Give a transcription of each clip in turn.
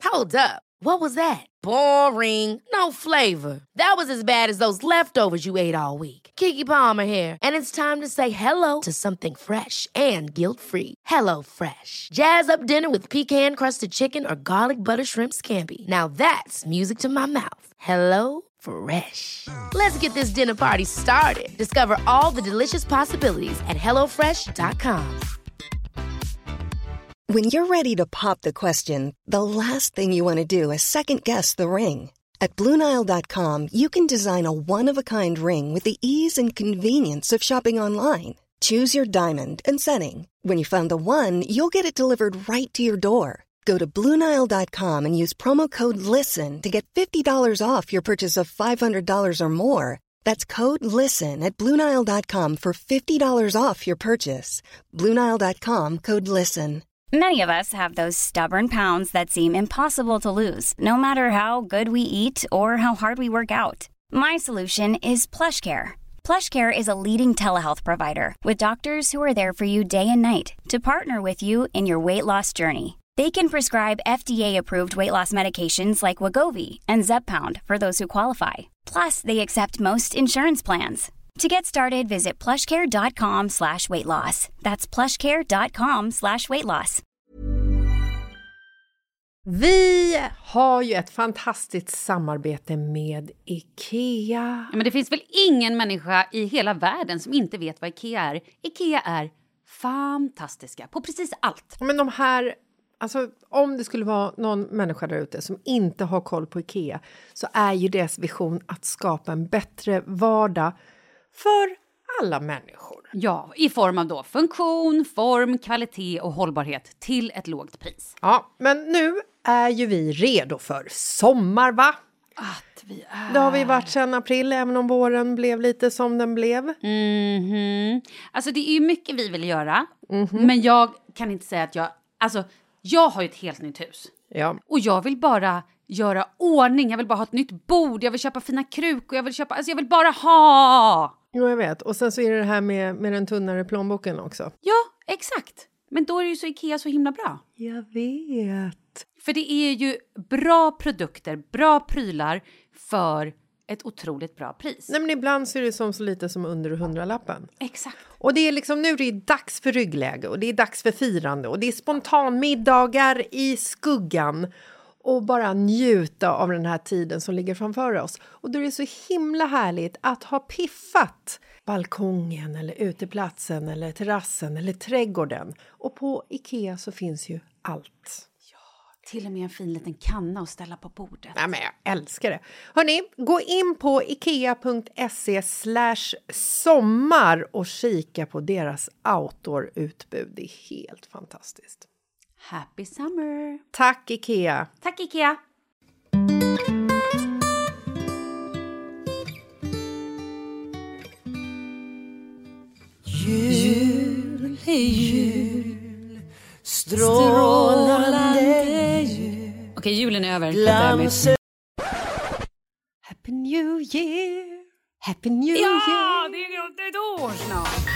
Hold up. What was that? Boring. No flavor. That was as bad as those leftovers you ate all week. Keke Palmer here, and it's time to say hello to something fresh and guilt-free. Hello Fresh. Jazz up dinner with pecan-crusted chicken or garlic butter shrimp scampi. Now that's music to my mouth. Hello Fresh. Let's get this dinner party started. Discover all the delicious possibilities at hellofresh.com. When you're ready to pop the question, the last thing you want to do is second-guess the ring. At BlueNile.com, you can design a one-of-a-kind ring with the ease and convenience of shopping online. Choose your diamond and setting. When you find the one, you'll get it delivered right to your door. Go to BlueNile.com and use promo code LISTEN to get $50 off your purchase of $500 or more. That's code LISTEN at BlueNile.com for $50 off your purchase. BlueNile.com, code LISTEN. Many of us have those stubborn pounds that seem impossible to lose, no matter how good we eat or how hard we work out. My solution is PlushCare. PlushCare is a leading telehealth provider with doctors who are there for you day and night to partner with you in your weight loss journey. They can prescribe FDA-approved weight loss medications like Wegovy and Zepbound for those who qualify. Plus, they accept most insurance plans. To get started, visit plushcare.com/weightloss. That's plushcare.com/weightloss. Vi har ju ett fantastiskt samarbete med IKEA. Ja, men det finns väl ingen människa i hela världen som inte vet vad IKEA är. IKEA är fantastiska på precis allt. Men de här, alltså om det skulle vara någon människa där ute som inte har koll på IKEA, så är ju deras vision att skapa en bättre vardag för alla människor. Ja, i form av då funktion, form, kvalitet och hållbarhet till ett lågt pris. Ja, men nu är ju vi redo för sommar, va? Att vi är. Det har vi varit sedan april, även om våren blev lite som den blev. Alltså det är ju mycket vi vill göra. Men jag kan inte säga att jag har ju ett helt nytt hus. Ja. Och jag vill bara göra ordning. Jag vill bara ha ett nytt bord. Jag vill köpa fina krukor. Jag vill bara ha. Jo, jag vet. Och sen så är det här med den tunnare plånboken också. Ja, exakt. Men då är det ju så IKEA så himla bra. Jag vet. För det är ju bra produkter, bra prylar för ett otroligt bra pris. Nej, men ibland så är det så lite som under 100-lappen. Exakt. Och det är liksom, nu är det dags för ryggläge och det är dags för firande och det är spontanmiddagar i skuggan. Och bara njuta av den här tiden som ligger framför oss. Och då är det så himla härligt att ha piffat balkongen eller uteplatsen eller terrassen eller trädgården. Och på IKEA så finns ju allt. Till och med en fin liten kanna att ställa på bordet. Ja, men jag älskar det. Hörrni, gå in på ikea.se/sommar och kika på deras outdoor-utbud. Det är helt fantastiskt. Happy summer! Tack IKEA! Tack IKEA! Jul är jul, strålande jul. Okej, julen är över. Happy New Year! Happy New Year! Ja, det är ett år snart.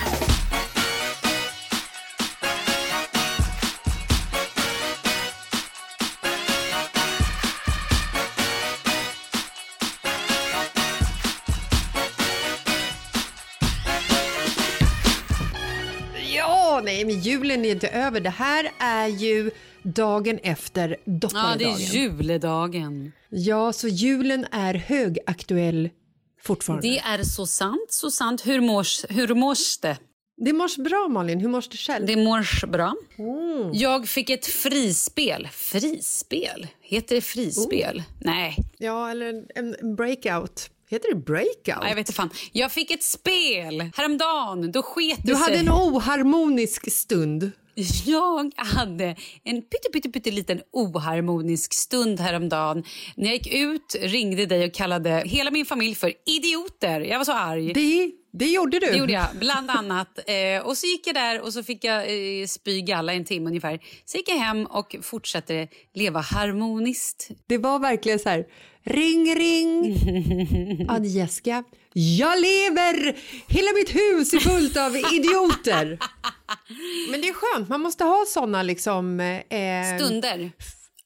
Nej, men julen är inte över. Det här är ju dagen efter dopparedagen. Ja, det är juledagen. Ja, så julen är högaktuell fortfarande. Det är så sant. Hur mors det? Det mors bra, Malin. Hur mors det själv? Det mors bra. Jag fick ett frispel. Frispel? Heter det frispel? Nej. Ja, eller en breakout. Heter det breakout? Nej, jag vet inte fan. Jag fick ett spel häromdagen. Då sket det Du sig. hade en oharmonisk stund. Jag hade en pytteliten oharmonisk stund häromdagen. När jag gick ut ringde dig och kallade hela min familj för idioter. Jag var så arg. Det gjorde du. Det gjorde jag, bland annat. Och så gick jag där och så fick jag spy galla en timme ungefär. Så gick jag hem och fortsatte leva harmoniskt. Det var verkligen så här... Ring, ring. Jessica. Jag lever! Hela mitt hus är fullt av idioter. Men det är skönt. Man måste ha såna liksom... Stunder.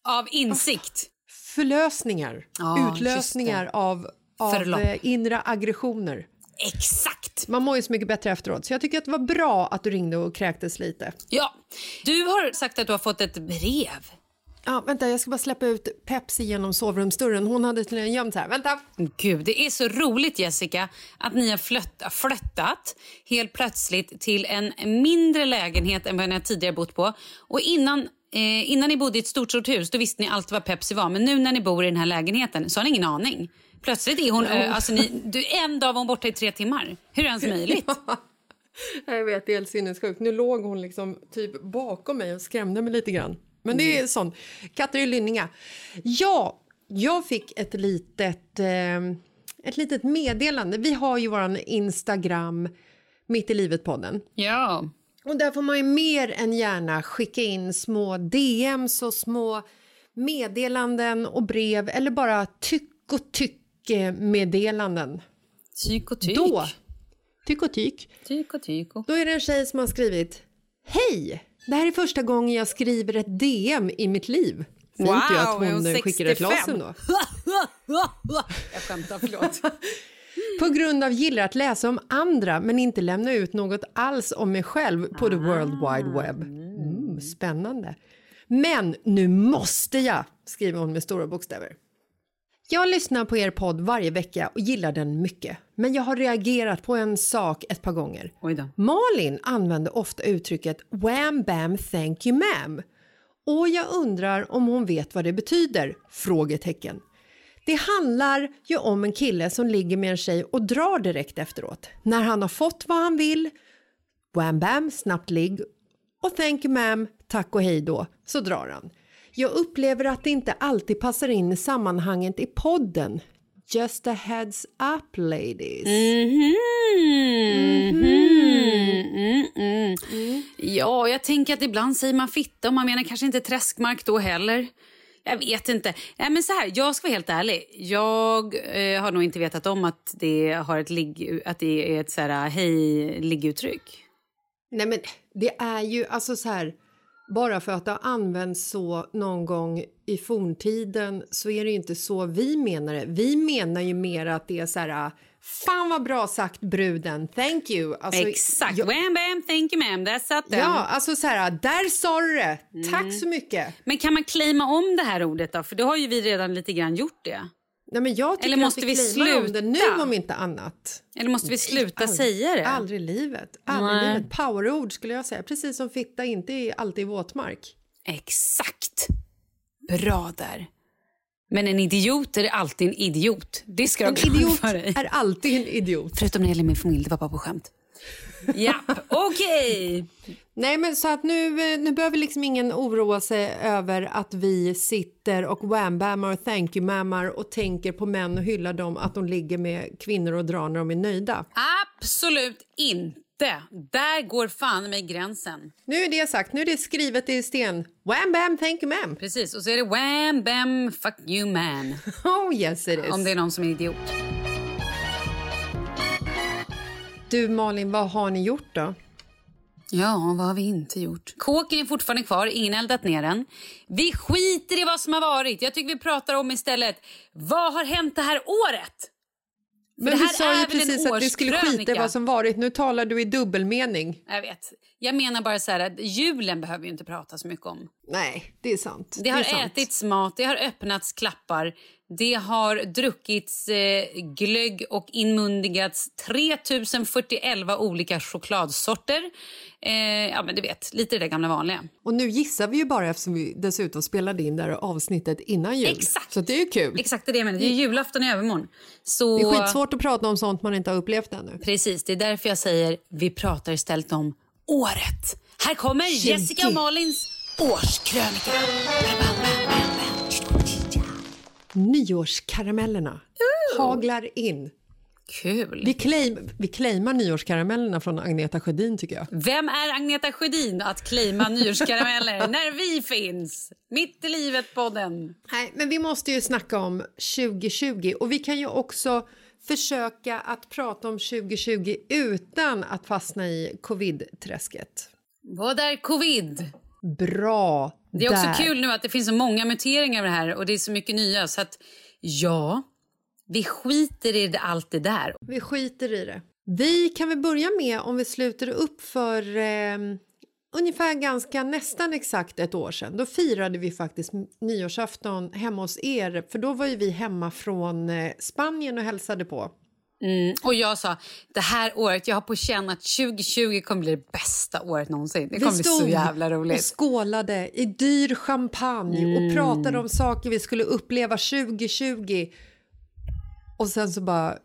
Av insikt. Förlösningar. Utlösningar av inre aggressioner. Exakt. Man mår ju så mycket bättre efteråt. Så jag tycker att det var bra att du ringde och kräktes lite. Ja, du har sagt att du har fått ett brev. Ja, vänta, jag ska bara släppa ut Pepsi genom sovrumsdörren. Hon hade tydligen gömt här. Vänta! Gud, det är så roligt, Jessica, att ni har flyttat helt plötsligt till en mindre lägenhet än vad ni tidigare bott på. Och innan ni bodde i ett stort hus, då visste ni allt vad Pepsi var. Men nu när ni bor i den här lägenheten så har ni ingen aning. Plötsligt är hon, en dag var hon borta i 3 timmar. Hur är det ens möjligt? Ja, jag vet, det är helt sinnessjukt. Nu låg hon liksom typ bakom mig och skrämde mig lite grann. Men det är sånt. Katter i Lynninga. Ja, jag fick ett litet meddelande. Vi har ju våran Instagram Mitt i livet-podden. Ja. Och där får man ju mer än gärna skicka in små DMs och små meddelanden och brev. Eller bara tyck-och-tyck-meddelanden. Tyck-och-tyck. Tyck-och-tyck. Tyck-och-tyck. Då är det en tjej som har skrivit: Hej! Det här är första gången jag skriver ett DM i mitt liv. Fint ju att hon skickar ett glasen då. Jag skämtar, förlåt. På grund av gillar att läsa om andra men inte lämna ut något alls om mig själv på the World Wide Web. Spännande. Men nu måste jag, skriver hon med stora bokstäver. Jag lyssnar på er podd varje vecka och gillar den mycket. Men jag har reagerat på en sak ett par gånger. Oj då. Malin använder ofta uttrycket wham bam thank you ma'am. Och jag undrar om hon vet vad det betyder? Frågetecken. Det handlar ju om en kille som ligger med en tjej och drar direkt efteråt. När han har fått vad han vill, wham bam, snabbt ligg, och thank you ma'am, tack och hej då, så drar han. Jag upplever att det inte alltid passar in i sammanhanget i podden. Just a heads up, ladies. Ja, jag tänker att ibland säger man fitta och man menar kanske inte träskmark då heller. Jag vet inte. Nej, men så här, jag ska vara helt ärlig. Jag har nog inte vetat om att det har att det är ett så här hej-ligguttryck. Nej, men det är ju alltså så här, bara för att det har använts så någon gång i forntiden så är det ju inte så vi menar det. Vi menar ju mer att det är så här: fan vad bra sagt bruden, thank you. Alltså, exakt, wham bam, thank you ma'am, där satt den. Ja, alltså så här, där sa du det, tack så mycket. Men kan man claima om det här ordet då? För då har ju vi redan lite grann gjort det. Nej, men jag tycker eller måste att vi sluta om det nu om inte annat. Eller måste vi sluta säga det? Aldrig i livet. Aldrig i livet. Powerord skulle jag säga. Precis som fitta inte är alltid i våtmark. Exakt. Bra där. Men en idiot är alltid en idiot. Det ska jag glömma för dig. En idiot är alltid en idiot. Förutom när det gäller min familj, det var bara på skämt. Japp, okej. Nej, men så att nu behöver liksom ingen oroa sig över att vi sitter och wham-bammar och thank you-mammar och tänker på män och hyllar dem att de ligger med kvinnor och drar när de är nöjda. Absolut inte. Där går fan med gränsen. Nu är det sagt, nu är det skrivet i sten. Wham bam, thank you ma'am. Precis, och så är det wham bam, fuck you man. Oh yes it is. Om det är någon som är idiot. Du Malin, vad har ni gjort då? Ja, vad har vi inte gjort? Kåken är fortfarande kvar, ingen eldat ner den. Vi skiter i vad som har varit. Jag tycker vi pratar om istället, vad har hänt det här året? Men vi sa ju precis att vi skulle skita i vad som varit. Nu talar du i dubbelmening. Jag vet. Jag menar bara så här att julen behöver vi inte prata så mycket om. Nej, det är sant. Det har ätits mat, det har öppnats klappar. Det har druckits glögg och inmundigats 3041 olika chokladsorter. Ja, men du vet, lite det gamla vanliga. Och nu gissar vi ju bara eftersom vi dessutom spelade in det här avsnittet innan jul. Exakt. Så det är ju kul. Exakt, det är det jag menar. Det är julafton i övermorgon. Så... Det är skitsvårt att prata om sånt man inte har upplevt ännu. Precis, det är därför jag säger vi pratar istället om året. Här kommer Jessica och Malins årskrönika. Nyårskaramellerna haglar in. Kul. Vi claimar nyårskaramellerna från Agneta Sjödin tycker jag. Vem är Agneta Sjödin att claima nyårskarameller när vi finns? Mitt i livet-podden. Nej, men vi måste ju snacka om 2020 och vi kan ju också försöka att prata om 2020 utan att fastna i covid-träsket. Vad är covid? Bra. Det är också där. kul nu att det finns så många muteringar av det här och det är så mycket nya. Så att ja, vi skiter i allt det där. Vi skiter i det. Vi kan väl börja med om vi sluter upp för ungefär nästan exakt ett år sedan. Då firade vi faktiskt nyårsafton hemma hos er. För då var ju vi hemma från Spanien och hälsade på. Och jag sa, det här året, jag har på känn att 2020 kommer bli det bästa året någonsin. Det kommer bli så jävla roligt. Och skålade i dyr champagne och pratade om saker vi skulle uppleva 2020. Och sen så bara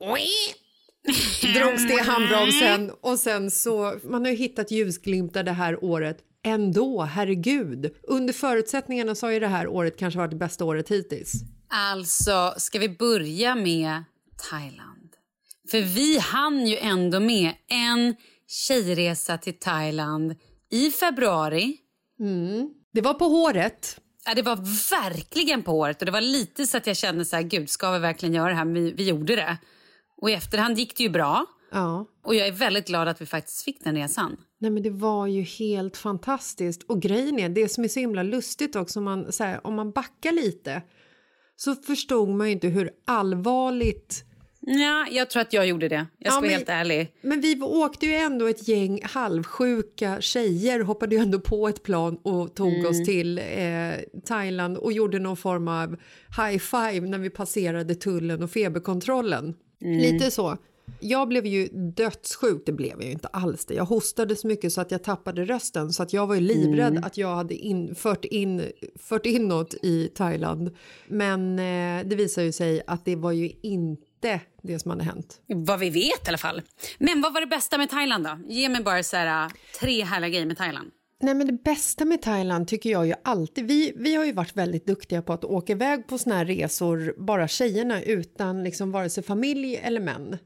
drogs det i handbromsen. Och sen så, man har ju hittat ljusglimtar det här året. Ändå, herregud. Under förutsättningarna så har ju det här året kanske varit det bästa året hittills. Alltså, ska vi börja med Thailand? För vi hann ju ändå med en tjejresa till Thailand i februari. Det var på håret. Ja, det var verkligen på håret. Och det var lite så att jag kände så här, gud, ska vi verkligen göra det här? Vi gjorde det. Och i efterhand gick det ju bra. Ja. Och jag är väldigt glad att vi faktiskt fick den resan. Nej, men det var ju helt fantastiskt. Och grejen är, det som är så himla lustigt också, om man backar lite så förstod man ju inte hur allvarligt... Ja, jag tror att jag gjorde det. Jag ska vara helt ärlig. Men vi åkte ju ändå ett gäng halvsjuka tjejer, hoppade ju ändå på ett plan och tog oss till Thailand och gjorde någon form av high five när vi passerade tullen och feberkontrollen. Lite så. Jag blev ju dödssjuk, det blev jag ju inte alls det. Jag hostade så mycket så att jag tappade rösten, så att jag var ju livrädd att jag hade fört in något i Thailand. Men det visar ju sig att det var ju inte det som hade hänt. Vad vi vet i alla fall. Men vad var det bästa med Thailand då? Ge mig bara så här 3 härliga grejer med Thailand. Nej, men det bästa med Thailand tycker jag ju alltid... Vi har ju varit väldigt duktiga på att åka iväg på såna här resor, bara tjejerna, utan liksom vare sig familj eller män.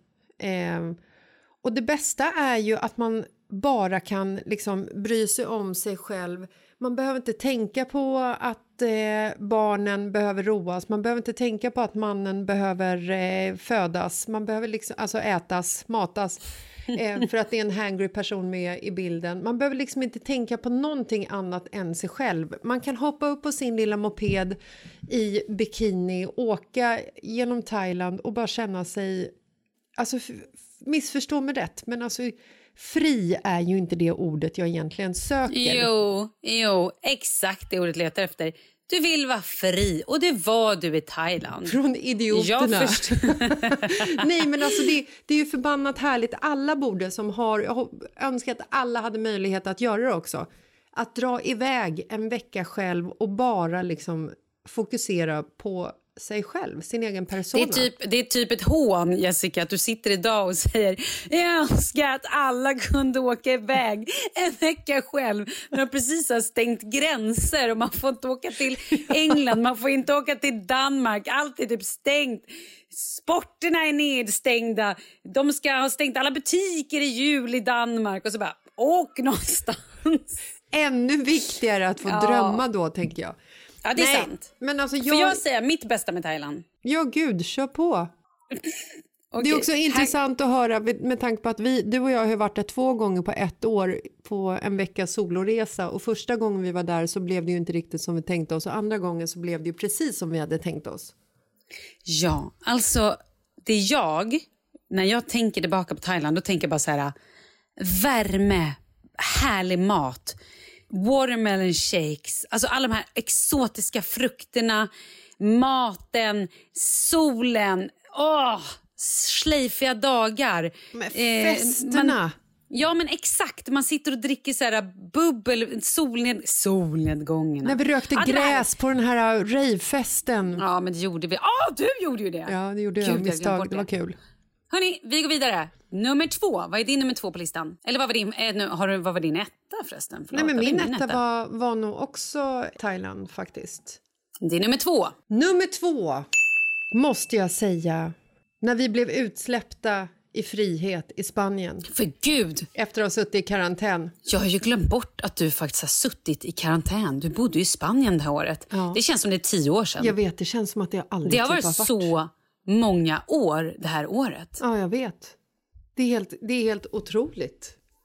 Och det bästa är ju att man bara kan liksom bry sig om sig själv. Man behöver inte tänka på att barnen behöver roas. Man behöver inte tänka på att mannen behöver födas. Man behöver liksom, alltså ätas, matas. För att det är en hangry person med i bilden. Man behöver liksom inte tänka på någonting annat än sig själv. Man kan hoppa upp på sin lilla moped i bikini, åka genom Thailand och bara känna sig... Alltså, missförstå mig rätt, men alltså fri är ju inte det ordet jag egentligen söker. Jo, exakt det ordet letar efter. Du vill vara fri, och det var du i Thailand. Från idioterna. Nej, men alltså det är ju förbannat härligt. Alla borde som har, jag önskar att alla hade möjlighet att göra det också. Att dra iväg en vecka själv och bara liksom fokusera på sig själv, sin egen persona. Det är typ ett hån, Jessica, att du sitter idag och säger jag önskar att alla kunde åka iväg en vecka själv. Man har precis har stängt gränser och man får inte åka till England, man får inte åka till Danmark, allt är typ stängt. Sporterna är nedstängda. De ska ha stängt alla butiker i jul i Danmark och så bara, åk någonstans. Ännu viktigare att få drömma då, tänker jag. Ja, det är sant. Men alltså Får jag säga mitt bästa med Thailand? Ja, gud, kör på. Okay. Det är också intressant att höra med tanke på att du och jag har varit där 2 gånger på 1 år på en veckas soloresa. Och första gången vi var där så blev det ju inte riktigt som vi tänkte oss. Och andra gången så blev det ju precis som vi hade tänkt oss. Ja, alltså när jag tänker tillbaka på Thailand, då tänker jag bara så här: värme, härlig mat, watermelon shakes, alltså alla de här exotiska frukterna, maten, solen, slejfiga dagar. Men festerna. Ja, men exakt. Man sitter och dricker så här bubbel, solnedgångarna. När vi rökte gräs på den här ravefesten. Ja, men det gjorde vi. Du gjorde ju det. Ja, det gjorde jag. Misstag. Det var kul. Hörrni, vi går vidare. Nummer 2. Vad är din nummer 2 på listan? Eller vad var din etta förresten? Förlåt, nej, men min etta var nog också Thailand faktiskt. Det är nummer 2. Nummer 2 måste jag säga. När vi blev utsläppta i frihet i Spanien. För gud! Efter att ha suttit i karantän. Jag har ju glömt bort att du faktiskt har suttit i karantän. Du bodde i Spanien det här året. Ja. Det känns som det är 10 år sedan. Jag vet, det känns som att det aldrig det har varit så många år det här året. Ja, jag vet. Det är helt otroligt.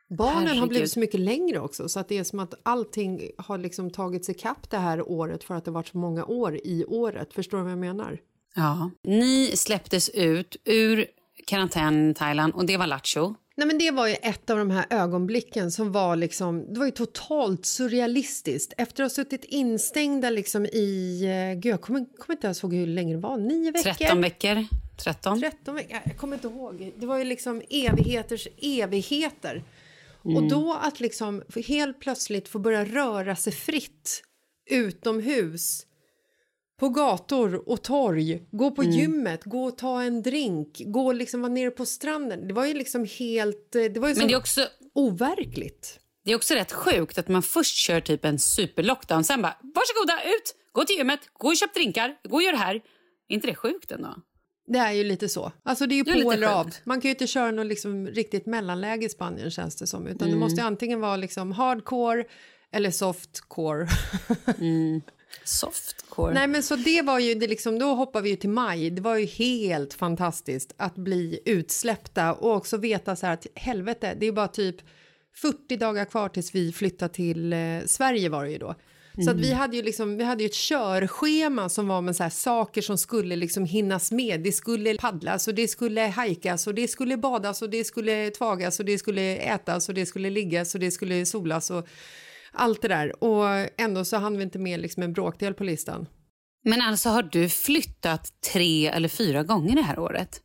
Barnen har blivit så mycket längre också, så att det är som att allting har liksom tagit sig kapp det här året för att det varit så många år i året. Förstår du vad jag menar? Ja. Ni släpptes ut ur karantän i Thailand och det var lattjo. Nej, men det var ju ett av de här ögonblicken som var liksom, det var ju totalt surrealistiskt. Efter att ha suttit instängda liksom i, jag kommer inte ens ihåg hur länge det var, 9 veckor? 13 veckor. 13 veckor, jag kommer inte ihåg. Det var ju liksom evigheters evigheter. Och då att liksom helt plötsligt få börja röra sig fritt utomhus, på gator och torg, gå på gymmet, gå och ta en drink, gå liksom vara nere på stranden. Det var ju liksom helt, det var ju så. Men det är också overkligt. Det är också rätt sjukt att man först kör typ en superlockdown, sen bara, varsågoda, ut, gå till gymmet, gå och köp drinkar, gå och gör det här. Är inte det sjukt ändå? Det är ju lite så. Alltså det är ju på eller av. Man kan ju inte köra något liksom riktigt mellanläge i Spanien, känns det som. Utan det måste antingen vara liksom hardcore eller softcore. Softcore. Nej, men så det var ju det liksom, då hoppar vi ju till maj. Det var ju helt fantastiskt att bli utsläppta och också veta så här att helvete, det är bara typ 40 dagar kvar tills vi flyttar till Sverige var det ju då. Så att vi hade ju ett körschema som var med så här saker som skulle liksom hinnas med. Det skulle paddlas och det skulle hajkas och det skulle badas och det skulle tvagas och det skulle ätas och det skulle liggas och det skulle solas och allt det där. Och ändå så hann vi inte med liksom en bråkdel på listan. Men alltså har du flyttat 3 eller 4 gånger det här året?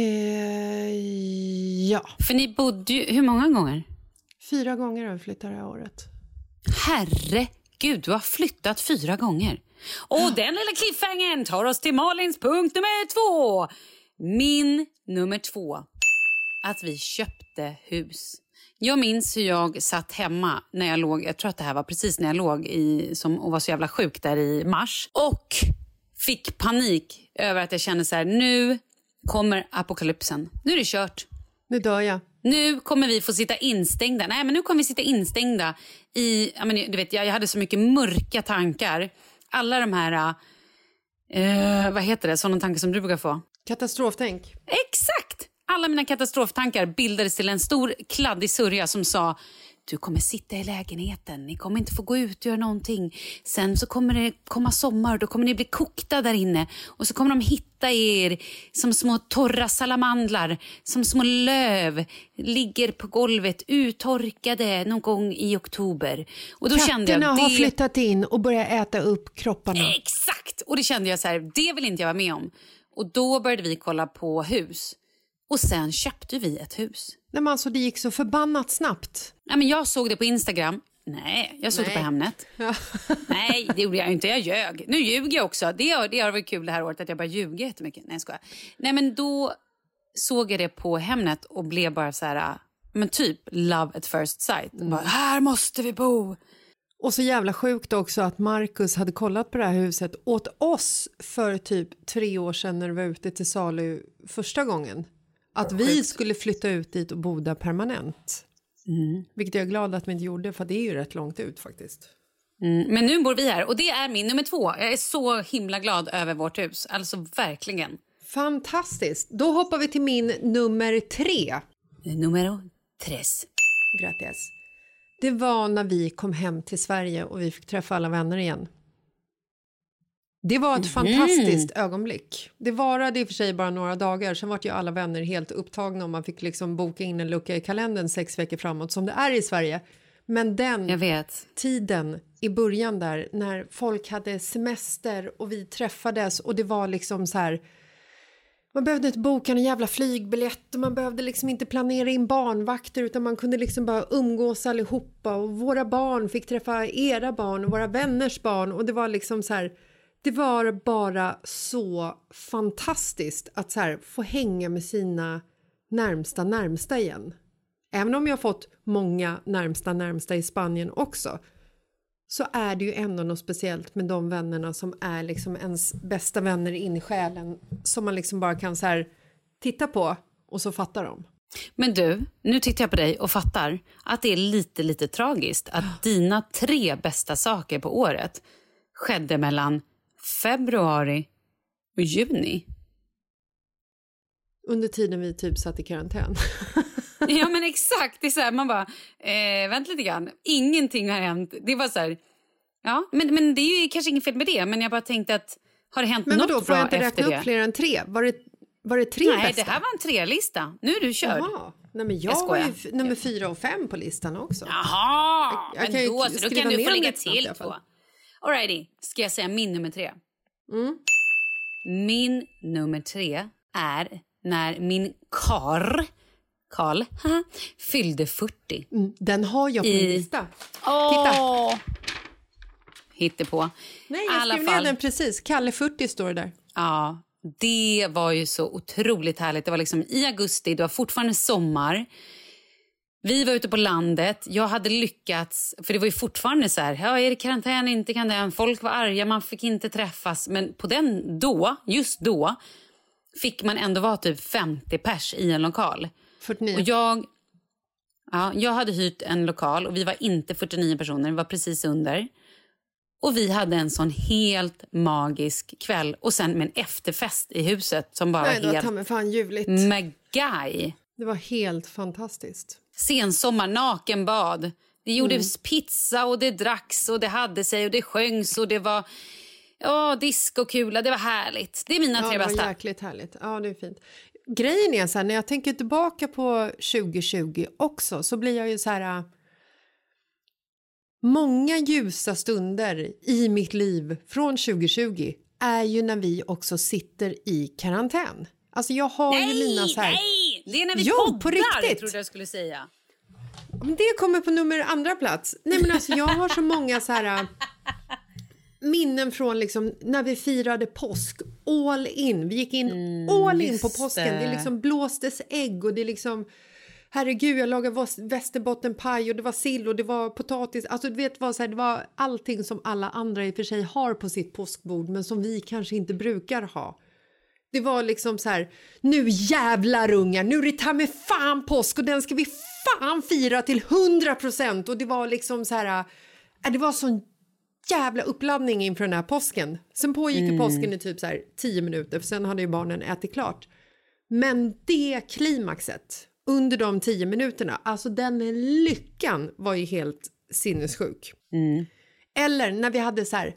Ja. För ni bodde ju, hur många gånger? 4 gånger har vi flyttat det här året. Herregud, du har flyttat 4 gånger. Och den lilla cliffhangern tar oss till Malins punkt nummer 2. Min nummer 2. Att vi köpte hus. Jag minns hur jag satt hemma när jag låg, jag tror att det här var precis när jag låg och var så jävla sjuk där i mars. Och fick panik över att jag kände så här, nu kommer apokalypsen. Nu är det kört. Nu dör jag. Nu kommer vi få sitta instängda. Nej, men nu kommer vi sitta instängda i, du vet, jag hade så mycket mörka tankar. Alla de här, vad heter det, sådana tankar som du brukar få. Katastroftänk. Exakt! Alla mina katastroftankar bildades till en stor kladdig sörja som sa, du kommer sitta i lägenheten, ni kommer inte få gå ut och göra någonting. Sen så kommer det komma sommar, då kommer ni bli kokta där inne. Och så kommer de hitta er som små torra salamandlar, som små löv, ligger på golvet uttorkade någon gång i oktober. Och då kände jag, har flyttat in och börjat äta upp kropparna. Exakt! Och det kände jag så här, det vill inte jag vara med om. Och då började vi kolla på hus. Och sen köpte vi ett hus. Nej, men alltså det gick så förbannat snabbt. Ja, men jag såg det på Instagram. Nej, jag såg det på Hemnet. Ja. Nej, det gjorde jag inte. Jag ljög. Nu ljuger jag också. Det har varit kul det här året att jag bara ljuger jättemycket. Nej, jag skojar. Nej, men då såg jag det på Hemnet och blev bara så här, men typ love at first sight. Bara, här måste vi bo. Och så jävla sjukt också att Marcus hade kollat på det här huset åt oss för typ 3 år sedan när det var ute till salu första gången. Att vi skulle flytta ut dit och bo där permanent. Vilket jag är glad att vi inte gjorde, för det är ju rätt långt ut faktiskt. Men nu bor vi här och det är min nummer 2. Jag är så himla glad över vårt hus. Alltså verkligen. Fantastiskt. Då hoppar vi till min nummer 3. Numero 3. Grattis. Det var när vi kom hem till Sverige och vi fick träffa alla vänner igen. Det var ett fantastiskt ögonblick. Det varade i och för sig bara några dagar. Sen var ju alla vänner helt upptagna och man fick liksom boka in en lucka i kalendern 6 veckor framåt som det är i Sverige. Men den tiden i början där när folk hade semester och vi träffades och det var liksom så här, man behövde inte boka en jävla flygbiljett och man behövde liksom inte planera in barnvakter utan man kunde liksom bara umgås allihopa och våra barn fick träffa era barn och våra vänners barn och det var liksom så här, det var bara så fantastiskt att så här få hänga med sina närmsta igen. Även om jag fått många närmsta i Spanien också, så är det ju ändå något speciellt med de vännerna som är liksom ens bästa vänner in i själen, som man liksom bara kan så här titta på och så fattar de. Men du, nu tittar jag på dig och fattar att det är lite tragiskt att dina 3 bästa saker på året skedde mellan februari och juni. Under tiden vi typ satt i karantän. Ja, men exakt. Det är så här, man bara, vänta lite grann. Ingenting har hänt. Det var så här, ja, men det är ju kanske inget fel med det. Men jag bara tänkte att, har det hänt något bra efter det? Men vadå, får jag inte räkna upp fler än 3? Var det 3 Nej, bästa? det här var en 3-lista. Nu är du körd. Jaha. Nej, men jag var ju nummer 4 och 5 på listan också. Jaha, jag men då kan du få lägga till 2. Alrighty, ska jag säga min nummer 3? Min nummer 3 är när min Karl fyllde 40. Den har jag på min lista. Titta. Hittepå. Nej, jag skrev ner den precis. Kalle 40 står där. Ja, det var ju så otroligt härligt. Det var liksom i augusti, det var fortfarande sommar. Vi var ute på landet. Jag hade lyckats, för det var ju fortfarande så här, ja, är det karantän, inte karantän. Folk var arga, man fick inte träffas. Men på just då, fick man ändå vara typ 50 pers i en lokal. 49. Och jag hade hyrt en lokal och vi var inte 49 personer, vi var precis under. Och vi hade en sån helt magisk kväll. Och sen med en efterfest i huset som bara Nej, var helt... det var fan ljuvligt. Magaj. Det var helt fantastiskt. Sensommar, nakenbad. Det gjordes pizza och det dracks och det hade sig och det sjöngs och det var... Ja, discokula, det var härligt. Det är mina 3 bästa. Det var jäkligt härligt. Ja, det är fint. Grejen är så här, när jag tänker tillbaka på 2020 också, så blir jag ju så här... Många ljusa stunder i mitt liv från 2020 är ju när vi också sitter i karantän. Alltså jag har ju mina så här... Nej! Det är när vi poddar, på riktigt. Trodde jag skulle säga. Men det kommer på nummer 2 plats. Nej, men alltså jag har så många så här... minnen från liksom när vi firade påsk, all in. Vi gick in all in på påsken. Det liksom blåstes ägg och det liksom... Herregud, jag lagade västerbottenpaj och det var sill och det var potatis. Alltså du vet vad så här, det var allting som alla andra i och för sig har på sitt påskbord men som vi kanske inte brukar ha. Det var liksom så här, nu jävlar ungar, nu är det ta med fan påsk och den ska vi fan fira till 100%. Och det var liksom så här, det var sån jävla uppladdning inför den här påsken. Sen pågick påsken i typ så här 10 minuter för sen hade ju barnen ätit klart. Men det klimaxet under de 10 minuterna, alltså den lyckan var ju helt sinnessjuk. Eller när vi hade så här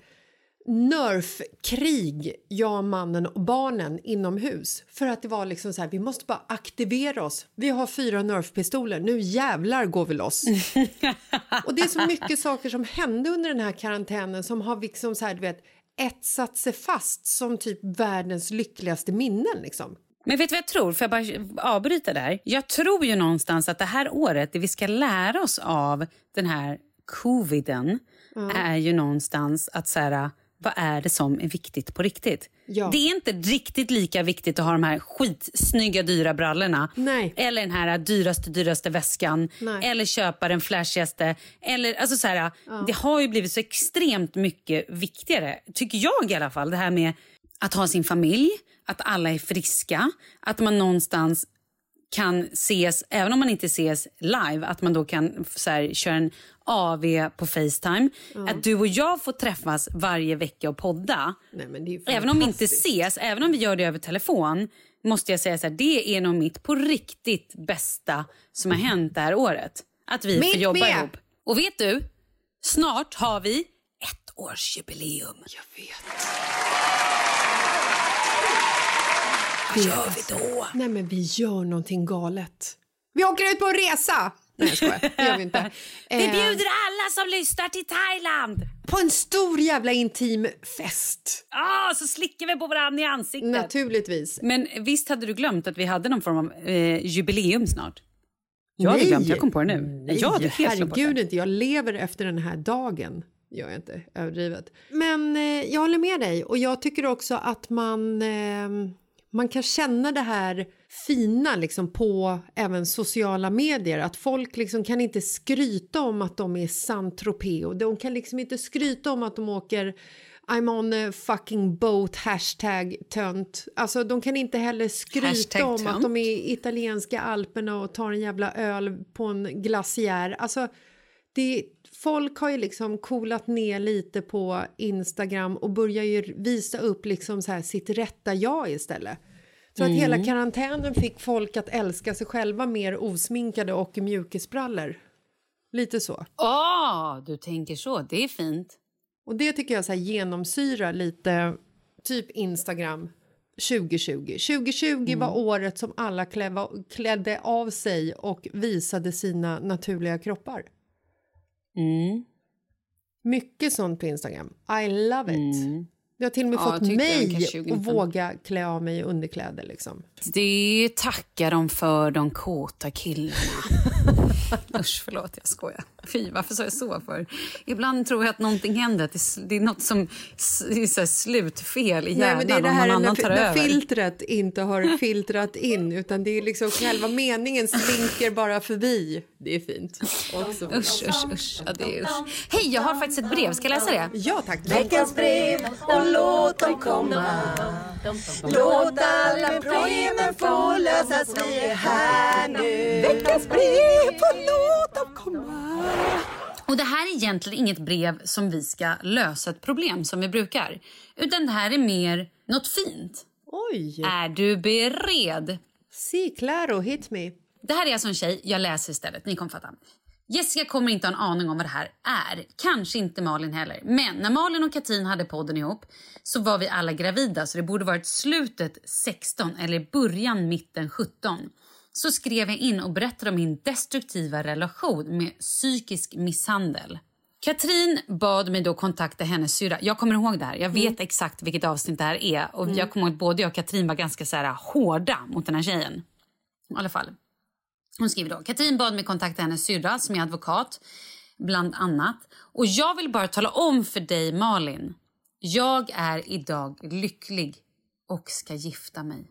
nerfkrig, jag, mannen och barnen inomhus. För att det var liksom så här, vi måste bara aktivera oss. Vi har 4 nerfpistoler, nu jävlar går vi loss. Och det är så mycket saker som hände under den här karantänen som har liksom så här, du vet, etsat sig fast som typ världens lyckligaste minnen liksom. Men vet du vad jag tror? För jag bara avbryta där. Jag tror ju någonstans att det här året, det vi ska lära oss av den här coviden är ju någonstans att så här, vad är det som är viktigt på riktigt? Ja. Det är inte riktigt lika viktigt att ha de här skitsnygga dyra brallorna. Nej. Eller den här dyraste väskan. Nej. Eller köpa den flashigaste. Eller, alltså så här, det har ju blivit så extremt mycket viktigare. Tycker jag i alla fall. Det här med att ha sin familj. Att alla är friska. Att man någonstans kan ses, även om man inte ses live, att man då kan så här, köra en AV på FaceTime. Att du och jag får träffas varje vecka och podda. Nej, men det är även om vi inte ses, även om vi gör det över telefon, måste jag säga så här, det är nog mitt på riktigt bästa som har hänt det här året. Att vi får jobba ihop. Och vet du, snart har vi 1-årsjubileum. Jag vet. Vad gör vi då? Nej, men vi gör någonting galet. Vi åker ut på en resa! Nej, jag skojar. Det gör vi inte. Vi bjuder alla som lyssnar till Thailand. På en stor jävla intim fest. Så slickar vi på varandra i ansiktet. Naturligtvis. Men visst hade du glömt att vi hade någon form av jubileum snart? Jag hade glömt, jag kom på det nu. Nej, jag hade herregud inte. Jag lever efter den här dagen. Gör jag inte, överdrivet. Men jag håller med dig. Och jag tycker också att man kan känna det här fina liksom på även sociala medier. Att folk liksom kan inte skryta om att de är Saint-Tropez. Och de kan liksom inte skryta om att de åker I'm on a fucking boat, #tönt. Alltså de kan inte heller skryta om att de är i italienska Alperna och tar en jävla öl på en glaciär. Alltså folk har ju liksom coolat ner lite på Instagram och börjar ju visa upp liksom så här sitt rätta jag istället. Så att hela karantänen fick folk att älska sig själva mer osminkade och mjukisbrallor. Lite så. Du tänker så. Det är fint. Och det tycker jag så här genomsyrar lite typ Instagram 2020. 2020 var året som alla klädde av sig och visade sina naturliga kroppar. Mycket sånt på Instagram. I love it. Jag har till och med fått mig att våga klä av mig i underkläder. Liksom. Det tackar de för, de kåta killarna. Usch, förlåt, jag skojar. Fy, varför sa jag så för? Ibland tror jag att någonting händer. Att det är något som är så slutfel i hjärnan. Nej, men det är det här när över. Filtret inte har filtrat in. Utan det är liksom själva meningen slinker bara förbi. Det är fint. Usch. Ja, det är usch. Hej, jag har faktiskt ett brev. Ska jag läsa det? Ja, tack. Veckans brev och låt dem komma. Låt alla problemen få lösas, vi är här nu. Veckans brev och låt dem komma. Och det här är egentligen inget brev som vi ska lösa ett problem som vi brukar. Utan det här är mer något fint. Oj. Är du beredd? Si, claro, hit me. Det här är alltså en tjej, jag läser istället, ni kommer fatta. Jessica kommer inte ha en aning om vad det här är. Kanske inte Malin heller. Men när Malin och Katrin hade podden ihop så var vi alla gravida. Så det borde varit slutet 16 eller början mitten 17. Så skrev jag in och berättade om min destruktiva relation med psykisk misshandel. Katrin bad mig då kontakta hennes syra. Jag kommer ihåg det här. Jag vet exakt vilket avsnitt det här är. Och jag kommer ihåg att både jag och Katrin var ganska så här hårda mot den här tjejen. I alla fall. Hon skriver då: Katrin bad mig kontakta hennes syrra som är advokat, bland annat. Och jag vill bara tala om för dig, Malin. Jag är idag lycklig och ska gifta mig.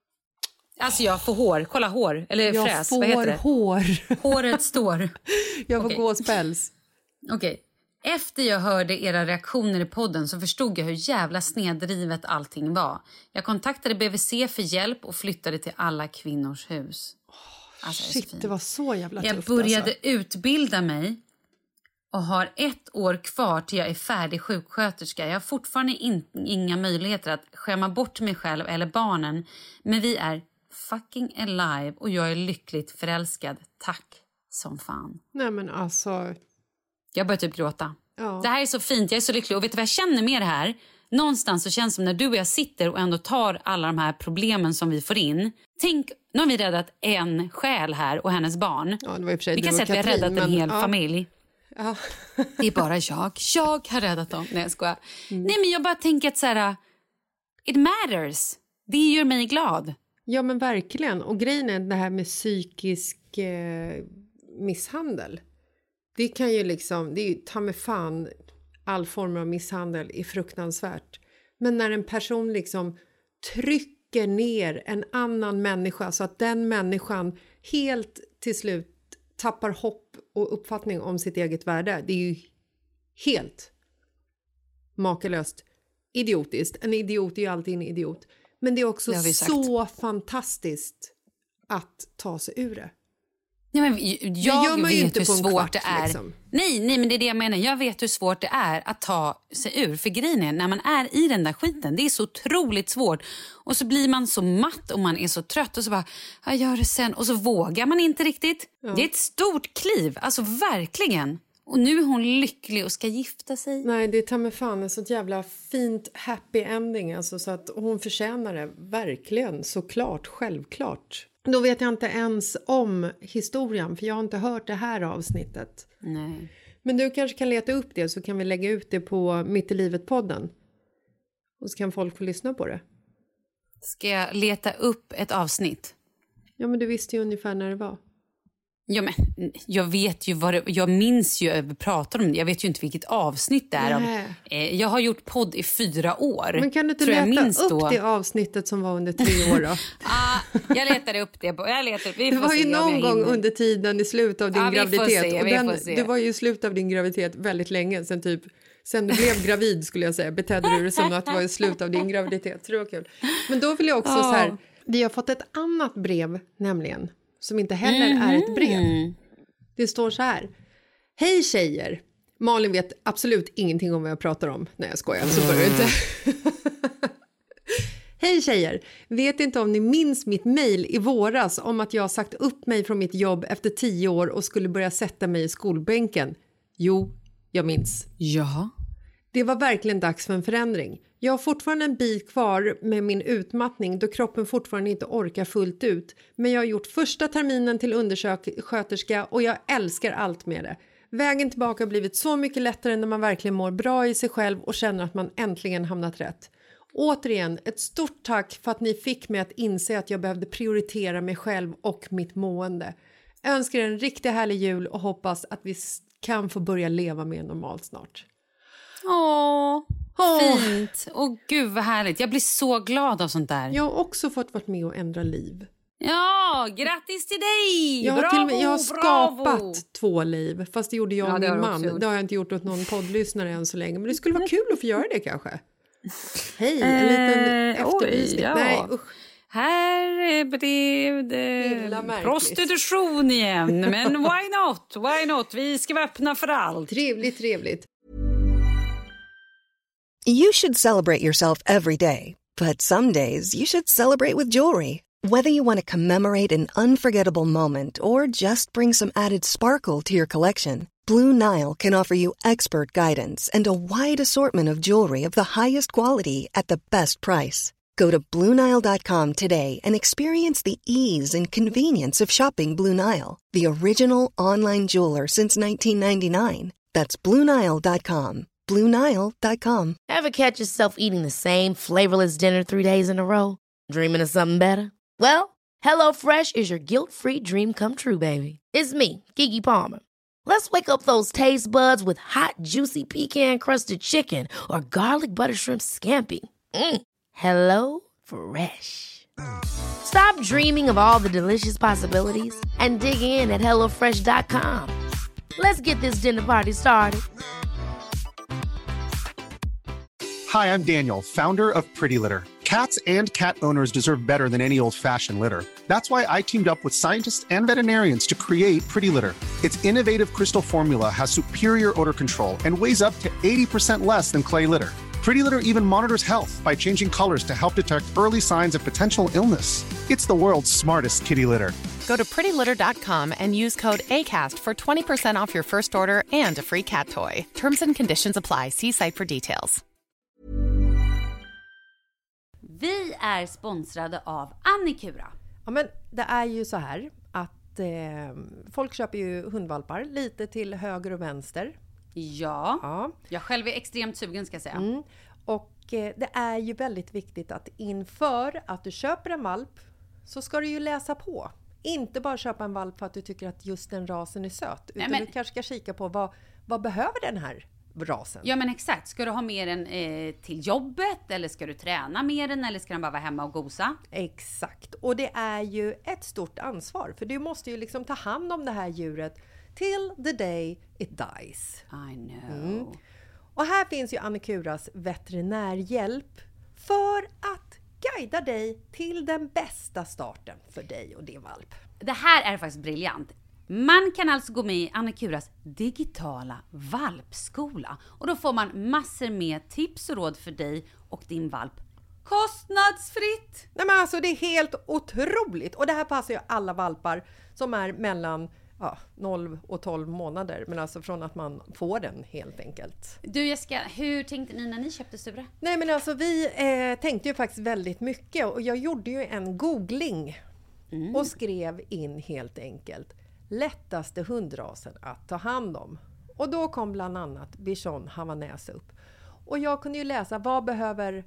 Alltså jag får hår, kolla hår, eller jag fräs, får vad heter det? Hår. Håret står. Jag får gåspäls. Okej. Efter jag hörde era reaktioner i podden så förstod jag hur jävla snedrivet allting var. Jag kontaktade BVC för hjälp och flyttade till Alla kvinnors hus. Alltså, Shit, det var så jävla tufft. Jag började alltså. utbilda mig och har 1 år kvar till jag är färdig sjuksköterska. Jag har fortfarande inga möjligheter att skämma bort mig själv eller barnen. Men vi är fucking alive och jag är lyckligt förälskad. Tack som fan. Nej men alltså. Jag börjar typ gråta. Ja. Det här är så fint, jag är så lycklig. Och vet du vad jag känner med det här? Någonstans så känns det som när du och jag sitter och ändå tar alla de här problemen som vi får in. Tänk, nu har vi räddat en själ här och hennes barn. Ja, det var i och för sig vi kan säga att vi har räddat en hel familj. Ja. Det är bara jag har räddat dem. Nej, jag skojar. Nej, men jag bara tänker att så här, it matters. Det gör mig glad. Ja, men verkligen. Och grejen är det här med psykisk misshandel. Det kan ju liksom, det är ju ta med fan, all form av misshandel är fruktansvärt. Men när en person liksom trycker ner en annan människa så att den människan helt till slut tappar hopp och uppfattning om sitt eget värde. Det är ju helt makalöst idiotiskt. En idiot är ju alltid en idiot. Men det är också så fantastiskt att ta sig ur det. Nej, men jag vet hur svårt det är. Liksom. Nej, men det är det jag menar. Jag vet hur svårt det är att ta sig ur. För grejen är, när man är i den där skiten, det är så otroligt svårt. Och så blir man så matt och man är så trött. Och så bara, jag gör det sen. Och så vågar man inte riktigt. Ja. Det är ett stort kliv, alltså verkligen. Och nu är hon lycklig och ska gifta sig. Nej, det tar med fan en så jävla fint happy ending. Alltså, så att hon förtjänar det verkligen, såklart, självklart. Då vet jag inte ens om historien, för jag har inte hört det här avsnittet. Nej. Men du kanske kan leta upp det, så kan vi lägga ut det på Mitt i livet-podden. Och så kan folk få lyssna på det. Ska jag leta upp ett avsnitt? Ja, men du visste ju ungefär när det var. Ja, men jag vet ju vad det, jag minns ju över vi pratar om det. Jag vet ju inte vilket avsnitt det är om. Jag har gjort podd i 4 år. Men kan du inte leta upp det avsnittet som var under 3 år då? Jag letade upp det. Det var ju någon gång under tiden i slutet av din graviditet. Du var ju i slutet av din graviditet väldigt länge. Sen du blev gravid skulle jag säga. Betedde du det som att det var i slutet av din graviditet. Så det var kul. Men då vill jag också så här. Vi har fått ett annat brev nämligen. Som inte heller är ett brev. Det står så här. Hej tjejer. Malin vet absolut ingenting om vad jag pratar om. Nej, jag skojar. Så börjar det inte. Hej tjejer! Vet inte om ni minns mitt mejl i våras om att jag sagt upp mig från mitt jobb efter 10 år och skulle börja sätta mig i skolbänken. Jo, jag minns. Ja. Det var verkligen dags för en förändring. Jag har fortfarande en bit kvar med min utmattning då kroppen fortfarande inte orkar fullt ut. Men jag har gjort första terminen till undersköterska och jag älskar allt med det. Vägen tillbaka har blivit så mycket lättare när man verkligen mår bra i sig själv och känner att man äntligen hamnat rätt. Återigen, ett stort tack för att ni fick mig att inse att jag behövde prioritera mig själv och mitt mående. Jag önskar er en riktigt härlig jul och hoppas att vi kan få börja leva mer normalt snart. Åh, fint. Åh, gud vad härligt. Jag blir så glad av sånt där. Jag har också fått vara med och ändra liv. Ja, grattis till dig! Jag har skapat 2 liv, fast det gjorde jag och min man. Det har jag inte gjort åt någon poddlyssnare än så länge. Men det skulle vara kul att få göra det kanske. Hej, en liten efterlysning. Ja. Nej, usch. Här blev det prostitution igen. Men why not? Vi ska vara öppna för allt. Trevligt. You should celebrate yourself every day, but some days you should celebrate with jewelry. Whether you want to commemorate an unforgettable moment or just bring some added sparkle to your collection, Blue Nile can offer you expert guidance and a wide assortment of jewelry of the highest quality at the best price. Go to BlueNile.com today and experience the ease and convenience of shopping Blue Nile, the original online jeweler since 1999. That's BlueNile.com. BlueNile.com. Ever catch yourself eating the same flavorless dinner 3 days in a row? Dreaming of something better? Well, HelloFresh is your guilt-free dream come true, baby. It's me, Keke Palmer. Let's wake up those taste buds with hot, juicy pecan-crusted chicken or garlic butter shrimp scampi. Hello Fresh. Stop dreaming of all the delicious possibilities and dig in at HelloFresh.com. Let's get this dinner party started. Hi, I'm Daniel, founder of Pretty Litter. Cats and cat owners deserve better than any old-fashioned litter. That's why I teamed up with scientists and veterinarians to create Pretty Litter. Its innovative crystal formula has superior odor control and weighs up to 80% less than clay litter. Pretty Litter even monitors health by changing colors to help detect early signs of potential illness. It's the world's smartest kitty litter. Go to prettylitter.com and use code ACAST for 20% off your first order and a free cat toy. Terms and conditions apply. See site for details. Vi är sponsrade av Annikura. Ja, men det är ju så här att folk köper ju hundvalpar lite till höger och vänster. Ja. Jag själv är extremt sugen ska jag säga. Och det är ju väldigt viktigt att inför att du köper en valp så ska du ju läsa på. Inte bara köpa en valp för att du tycker att just den rasen är söt. Utan du kanske ska kika på vad behöver den här rasen. Ja men exakt, ska du ha med den till jobbet eller ska du träna med den eller ska den bara vara hemma och gosa? Exakt, och det är ju ett stort ansvar för du måste ju liksom ta hand om det här djuret till the day it dies. I know. Och här finns ju Annikuras veterinärhjälp för att guida dig till den bästa starten för dig och din valp. Det här är faktiskt briljant. Man kan alltså gå med i Annikuras digitala valpskola. Och då får man massor med tips och råd för dig och din valp. Kostnadsfritt! Nej men alltså det är helt otroligt. Och det här passar ju alla valpar som är mellan 0 och 12 månader. Men alltså från att man får den helt enkelt. Du Jessica, hur tänkte ni när ni köpte Sura? Nej men alltså vi tänkte ju faktiskt väldigt mycket. Och jag gjorde ju en googling. Och skrev in helt enkelt lättaste hundrasen att ta hand om. Och då kom bland annat Bichon Havanäs upp. Och jag kunde ju läsa vad behöver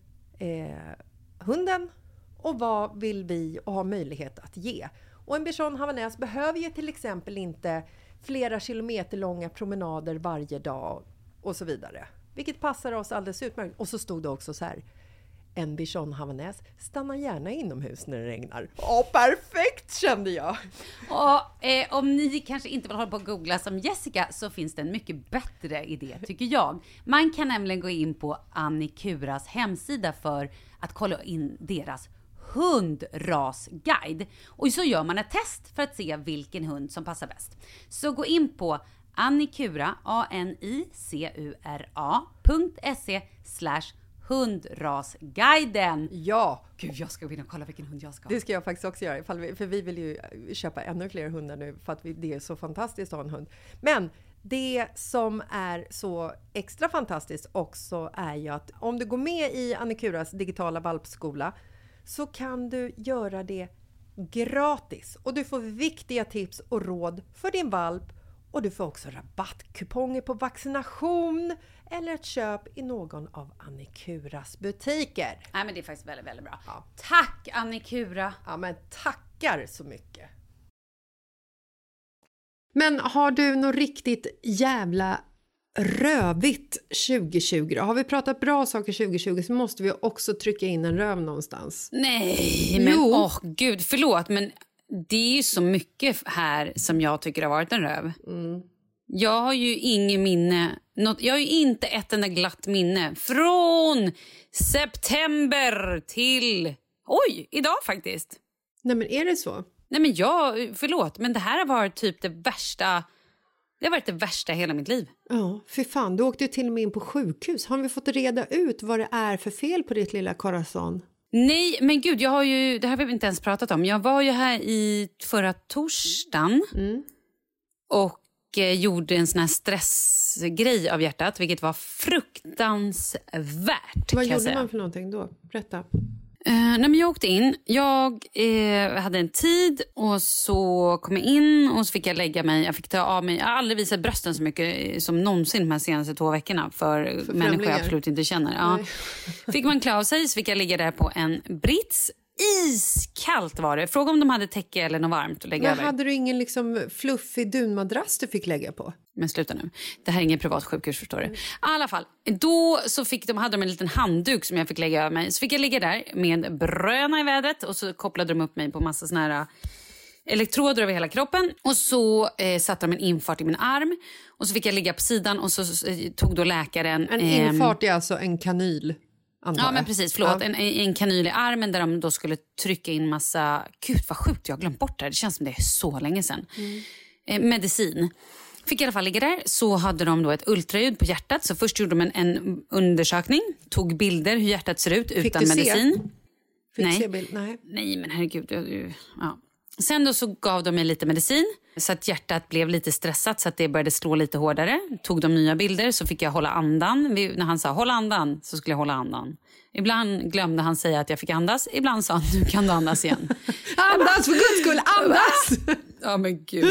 hunden och vad vill vi och ha möjlighet att ge. Och en Bichon Havanäs behöver ju till exempel inte flera kilometer långa promenader varje dag och så vidare. Vilket passar oss alldeles utmärkt. Och så stod det också så här: en Bichon Havanäs stannar gärna inomhus när det regnar. Perfekt kände jag! Och om ni kanske inte vill hålla på att googla som Jessica så finns det en mycket bättre idé tycker jag. Man kan nämligen gå in på Annikuras hemsida för att kolla in deras hundrasguide. Och så gör man ett test för att se vilken hund som passar bäst. Så gå in på Annikura, ANICURA.se/hundrasguide hundrasguiden. Ja. Gud, jag ska gå in och kolla vilken hund jag ska ha. Det ska jag faktiskt också göra, för vi vill ju köpa ännu fler hundar nu för att det är så fantastiskt att ha en hund. Men det som är så extra fantastiskt också är ju att om du går med i Annikuras digitala valpskola så kan du göra det gratis. Och du får viktiga tips och råd för din valp. Och du får också rabattkuponger på vaccination eller ett köp i någon av Annikuras butiker. Nej, men det är faktiskt väldigt, väldigt bra. Ja. Tack Annikura! Ja, men tackar så mycket. Men har du något riktigt jävla rövigt 2020 då? Har vi pratat bra saker 2020 så måste vi också trycka in en röv någonstans. Nej, men gud, förlåt, men det är ju så mycket här som jag tycker har varit en röv. Jag har ju ingen minne, jag har ju inte ett enda glatt minne från september till, idag faktiskt. Nej, men är det så? Nej, men förlåt, men det här har varit typ det värsta. Det har varit det värsta i hela mitt liv. Ja, för fan, du åkte ju till och med in på sjukhus. Har vi fått reda ut vad det är för fel på ditt lilla corazon? Nej, men gud, det här har vi inte ens pratat om. Jag var ju här i förra torsdagen och gjorde en sån här stressgrej av hjärtat, vilket var fruktansvärt. Vad gjorde man för någonting då? Berätta. Nej, men jag åkte in. Jag hade en tid och så kom jag in och så fick jag lägga mig. Jag fick ta av mig. Jag har aldrig visat brösten så mycket som någonsin de här senaste 2 veckorna för människor jag absolut inte känner. Ja. Fick man klä av sig så fick jag ligga där på en brits. Iskallt var det. Fråga om de hade täcke eller något varmt att lägga över. Men hade du ingen liksom fluffig dunmadrass du fick lägga på? Men sluta nu. Det här är ingen privat sjukhus, förstår du. I alla fall, då så hade de en liten handduk som jag fick lägga över mig. Så fick jag ligga där med bröna i vädret och så kopplade de upp mig på massa såna här elektroder över hela kroppen. Och så satte de en infart i min arm. Och så fick jag ligga på sidan och så tog då läkaren... En infart är alltså en kanyl. Ja, men precis, förlåt. Ja. En kanyl i armen där de då skulle trycka in massa... Gud, vad sjukt, jag har glömt bort det. Det känns som det är så länge sedan. Medicin. Fick i alla fall ligga där. Så hade de då ett ultraljud på hjärtat. Så först gjorde de en undersökning. Tog bilder hur hjärtat ser ut utan medicin. Fick Nej. Se bild? Nej, men herregud. Ja. Sen då så gav de mig lite medicin. Så att hjärtat blev lite stressat så att det började slå lite hårdare. Tog de nya bilder så fick jag hålla andan. När han sa håll andan så skulle jag hålla andan. Ibland glömde han säga att jag fick andas. Ibland sa han nu kan du andas igen. Andas för guds skull, andas! Ja men gud.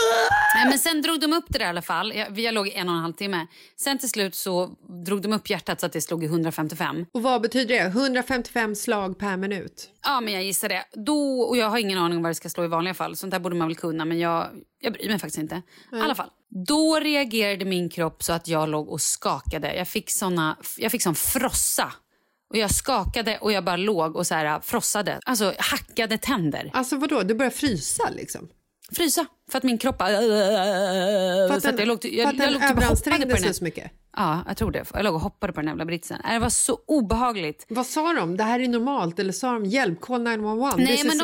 Men sen drog de upp det där i alla fall. Jag låg i 1,5 timme. Sen till slut så drog de upp hjärtat så att det slog i 155. Och vad betyder det? 155 slag per minut? Ja, men jag gissar det. Och jag har ingen aning om vad det ska slå i vanliga fall. Sånt där borde man väl kunna, men jag bryr mig faktiskt inte. I alla fall. Då reagerade min kropp så att jag låg och skakade. Jag fick sån frossa. Och jag skakade och jag bara låg och så här frossade. Alltså hackade tänder. Alltså vadå? Du började frysa liksom? Frysa. För att min kropp bara... För att den överansträngde sig så mycket? Ja, jag tror det. Jag låg och hoppade på den jävla britsen. Det var så obehagligt. Vad sa de? Det här är normalt? Eller sa de hjälp? Call 911? Nej, men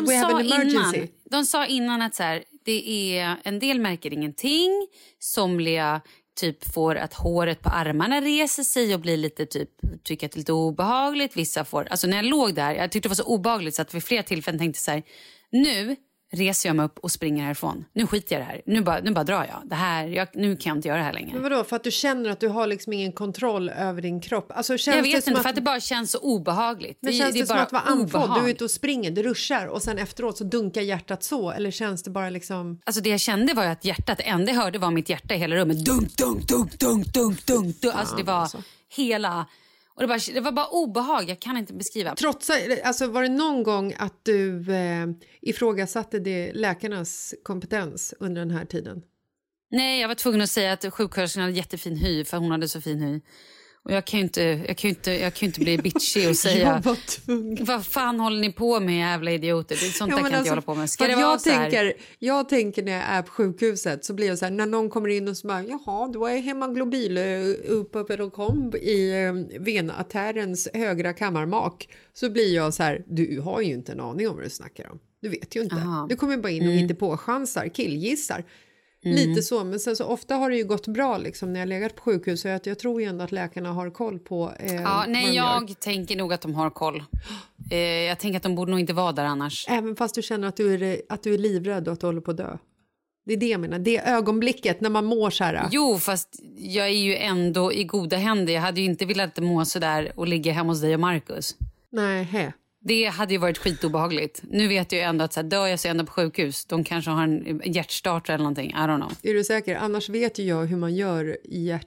de sa innan att så här, det är en del märker ingenting. Somliga typ får att håret på armarna reser sig och blir lite tycker att det är lite obehagligt. Vissa får, alltså när jag låg där, jag tyckte det var så obehagligt så att vid flera tillfällen tänkte så här, nu reser jag mig upp och springer härifrån. Nu skiter jag det här. Nu bara drar jag. Nu kan jag inte göra det här längre. Men vadå? För att du känner att du har liksom ingen kontroll över din kropp? Alltså, jag vet inte, för att det bara känns så obehagligt. Men känns det bara som att vara andfådd? Du är ute och springer, du ruschar och sen efteråt så dunkar hjärtat så? Eller känns det bara liksom... Alltså det jag kände var ju att hjärtat, det enda jag hörde var mitt hjärta i hela rummet. Dunk, dunk, dunk, dunk, dunk, dunk. Alltså det var hela... Och det var bara obehag, jag kan inte beskriva. Trots, alltså var det någon gång att du ifrågasatte läkarnas kompetens under den här tiden? Nej, jag var tvungen att säga att sjuksköterskan hade jättefin hy, för hon hade så fin hy. Och jag kan ju inte bli bitchy och säga vad fan håller ni på med, jävla idioter? Det är sånt där kan inte hålla på med. Ska det vara så här? Jag tänker när jag är på sjukhuset så blir jag så här, när någon kommer in och så bara, jaha, då är hemaglobil uppe i venartärens högra kammarmak. Så blir jag så här, du har ju inte en aning om vad du snackar om. Du vet ju inte. Aha. Du kommer bara in och inte på chansar, killgissar. Lite så, men sen så ofta har det ju gått bra liksom, när jag legat på sjukhus. Så jag tror ju ändå att läkarna har koll på jag tänker nog att de har koll. Jag tänker att de borde nog inte vara där annars. Även fast du känner att du är livrädd och att du håller på att dö. Det är det jag menar, det ögonblicket när man mår så här. Jo, fast jag är ju ändå i goda händer. Jag hade ju inte velat må så där och ligga hemma hos dig och Marcus. Nej. Det hade ju varit skitobehagligt. Nu vet jag ju ändå att så här, dör jag så ändå på sjukhus. De kanske har en hjärtstartare eller någonting. I don't know. Är du säker? Annars vet ju jag hur man gör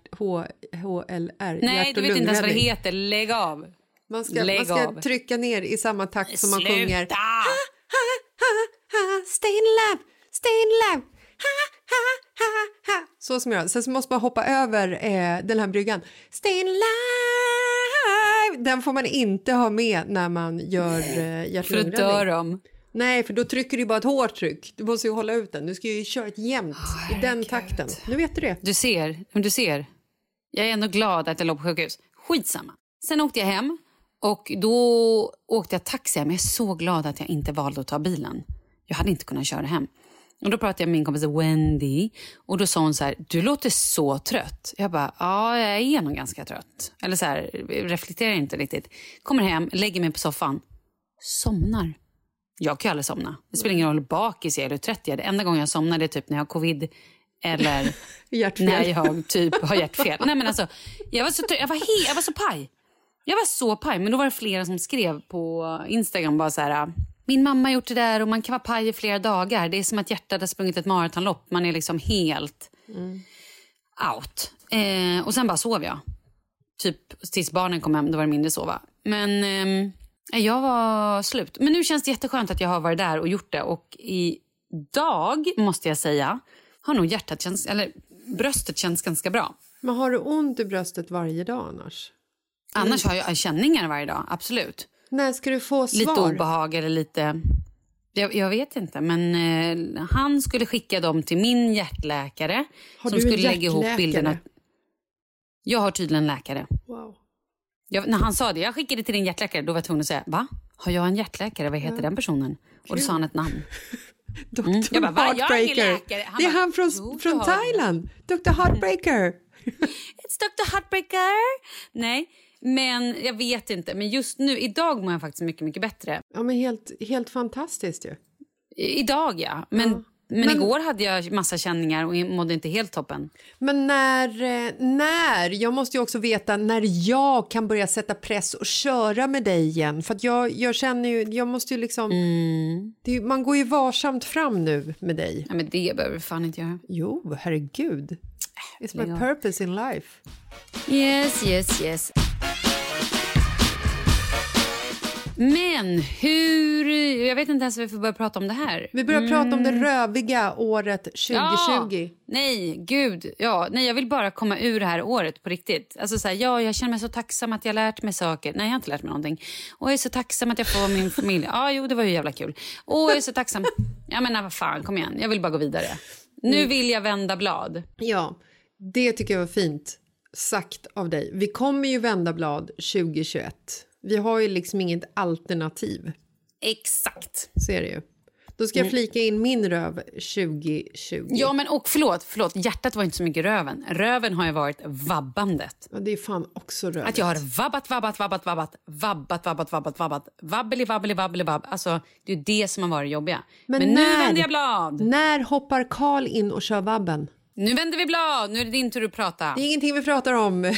HLR. Nej, du vet inte ens vad det heter. Lägg av. Man ska trycka ner i samma takt som man sjunger. Sluta! Stay in love, stay in love. Så som jag. Sen så måste man hoppa över den här bryggan. Stay in live. Den får man inte ha med när man gör hjärt-lungräddning. För att dör de. Nej, för då trycker du bara ett hårt tryck. Du måste ju hålla ut den. Du ska ju köra ett jämnt i den takten. Nu vet du det. Du ser. Jag är ändå glad att jag låg på sjukhus. Skitsamma. Sen åkte jag hem. Och då åkte jag taxi. Men jag är så glad att jag inte valde att ta bilen. Jag hade inte kunnat köra hem. Och då pratade jag med min kompis Wendy. Och då sa hon så här, du låter så trött. Jag bara, ja, jag är nog ganska trött. Eller så här, reflekterar inte riktigt. Kommer hem, lägger mig på soffan. Somnar. Jag kan ju aldrig somna. Det spelar ingen roll bakis eller 30. Det enda gången jag somnar är typ när jag har covid. Eller när jag typ har hjärtfel. Nej, men alltså, jag var så paj. Jag var så paj. Men då var det flera som skrev på Instagram bara så här... Min mamma har gjort det där och man kan vara paj i flera dagar. Det är som att hjärtat har sprungit ett maratonlopp. Man är liksom helt out. Och sen bara sov jag. Typ tills barnen kom hem, då var det mindre sova. Men jag var slut. Men nu känns det jätteskönt att jag har varit där och gjort det. Och idag måste jag säga, har nog bröstet känns ganska bra. Men har du ont i bröstet varje dag annars? Annars har jag känningar varje dag, absolut. När ska du få svar? Lite obehag eller lite... Jag vet inte, men han skulle skicka dem till min hjärtläkare. Har som du skulle lägga ihop bilderna. Jag har tydligen läkare. Wow. När han sa det, jag skickade till din hjärtläkare, då var jag tvungen att säga, va? Har jag en hjärtläkare? Vad heter den personen? Och då sa han ett namn. Dr. Jag bara, Heartbreaker. Det är han från Thailand. Dr. Heartbreaker. It's Dr. Heartbreaker. Nej. Men jag vet inte. Men just nu, idag mår jag faktiskt mycket, mycket bättre. Ja, men helt fantastiskt ju. Idag, ja. Men igår hade jag massa känningar och mådde inte helt toppen. Men när? Jag måste ju också veta när jag kan börja sätta press och köra med dig igen. För att jag känner ju, jag måste ju liksom... man går ju varsamt fram nu med dig. Ja, men det behöver fan inte göra. Jo, herregud. It's my purpose in life. Yes. Men jag vet inte ens om vi får börja prata om det här. Vi börjar prata om det röviga året 2020. Ja, nej, gud. Ja, nej, jag vill bara komma ur det här året på riktigt. Alltså så här, jag känner mig så tacksam att jag lärt mig saker. Nej, jag har inte lärt mig någonting. Och jag är så tacksam att jag får min familj. Jo, det var ju jävla kul. Och jag är så tacksam. Jag menar, vad fan, kom igen. Jag vill bara gå vidare. Nu vill jag vända blad. Ja, det tycker jag var fint sagt av dig. Vi kommer ju vända blad 2021. Vi har ju liksom inget alternativ. Exakt. Så är det ju. Då ska jag flika in min röv 2020. Ja, men och förlåt. Hjärtat var inte så mycket röven. Röven har ju varit vabbandet. Ja, det är fan också rövet. Att jag har vabbat. Vabbeli. Alltså, det är det som har varit jobbiga. Men nu vänder jag blad. När hoppar Karl in och kör vabben? Nu vänder vi blad. Nu är det din tur att prata. Det är ingenting vi pratar om.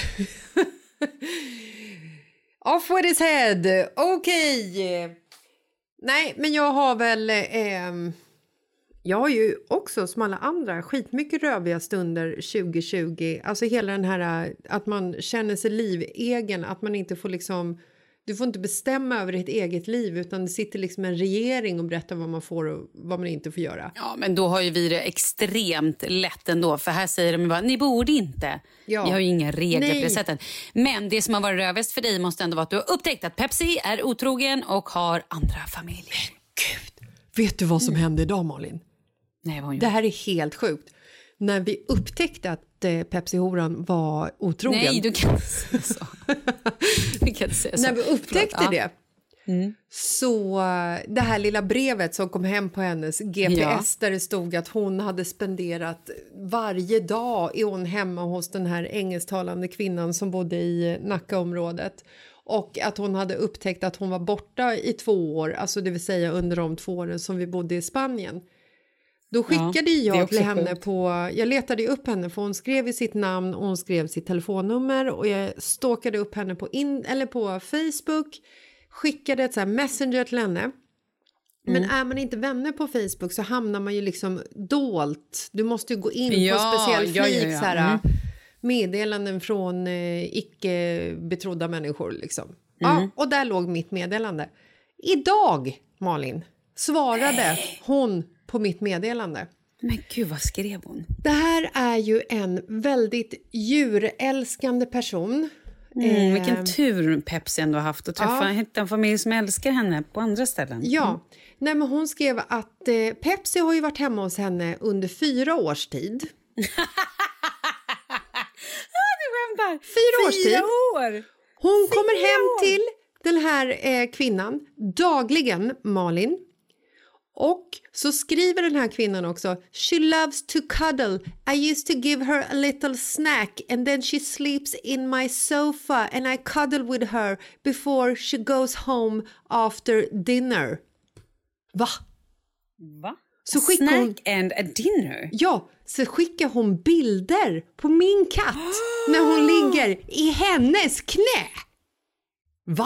Off with his head. Okej. Nej, men jag har väl... jag har ju också som alla andra skitmycket röviga stunder 2020. Alltså hela den här att man känner sig livegen. Att man inte får liksom... Du får inte bestämma över ditt eget liv, utan det sitter liksom en regering och berättar vad man får och vad man inte får göra. Ja, men då har ju vi det extremt lätt ändå. För här säger de bara, ni borde inte. Ja. Vi har ju inga regler på det sättet. Men det som har varit rövest för dig måste ändå vara att du har upptäckt att Pepsi är otrogen och har andra familjer. Men gud, vet du vad som hände idag, Malin? Nej, det här är helt sjukt. När vi upptäckte att Pepsi-horan var otrogen. Nej, du kan inte säga så. När vi upptäckte det, Så det här lilla brevet som kom hem på hennes GPS där det stod att hon hade spenderat varje dag är hon hemma hos den här engelsktalande kvinnan som bodde i Nackaområdet. Och att hon hade upptäckt att hon var borta i 2 år, alltså det vill säga under de 2 åren som vi bodde i Spanien. Då skickade jag till henne jag letade upp henne för hon skrev i sitt namn och hon skrev sitt telefonnummer och jag stalkade upp henne på Facebook, skickade ett så här messenger till henne. Men är man inte vänner på Facebook så hamnar man ju liksom dolt. Du måste ju gå in på speciell flik så här meddelanden från icke betrodda människor liksom. Ja, och där låg mitt meddelande. Idag, Malin, svarade hon på mitt meddelande. Men gud, vad skrev hon? Det här är ju en väldigt djurälskande person. Vilken tur Pepsi ändå har haft att hitta en familj som älskar henne på andra ställen. Ja, nej, men hon skrev att Pepsi har ju varit hemma hos henne under 4 års tid. 4 års tid. 4 år! Hon kommer hem till den här kvinnan dagligen, Malin. Och så skriver den här kvinnan också: She loves to cuddle. I used to give her a little snack and then she sleeps in my sofa and I cuddle with her before she goes home after dinner. Va? Så skickar snack and a dinner? Ja, så skickar hon bilder på min katt när hon ligger i hennes knä. Va?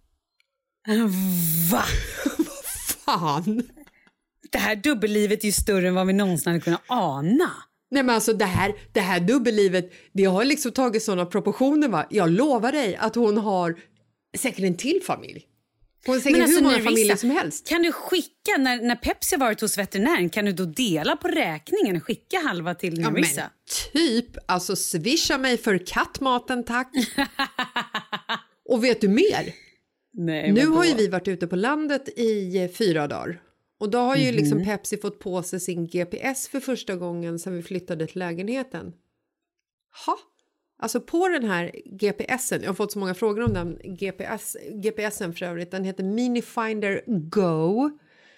Va? Vad fan? Det här dubbellivet är ju större än vad vi någonsin hade kunnat ana. Nej, men alltså det här dubbellivet, det har liksom tagit sådana proportioner, va? Jag lovar dig att hon har säkert en till familj. Hon har säkert hur många familjer som helst. Kan du skicka, när Pepsi har varit hos veterinären, kan du då dela på räkningen och skicka halva till Nerissa? Men typ, alltså swisha mig för kattmaten, tack. Och vet du mer? Nej, nu har ju vi varit ute på landet i 4 dagar. Och då har ju liksom Pepsi fått på sig sin GPS för första gången sedan vi flyttade till lägenheten. Ha? Alltså på den här GPSen, jag har fått så många frågor om den GPSen för övrigt, den heter Minifinder Go.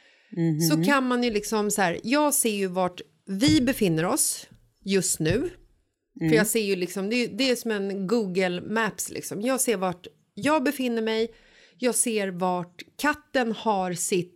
Så kan man ju liksom så här, jag ser ju vart vi befinner oss just nu. För jag ser ju liksom, det är som en Google Maps liksom. Jag ser vart jag befinner mig, jag ser vart katten har sitt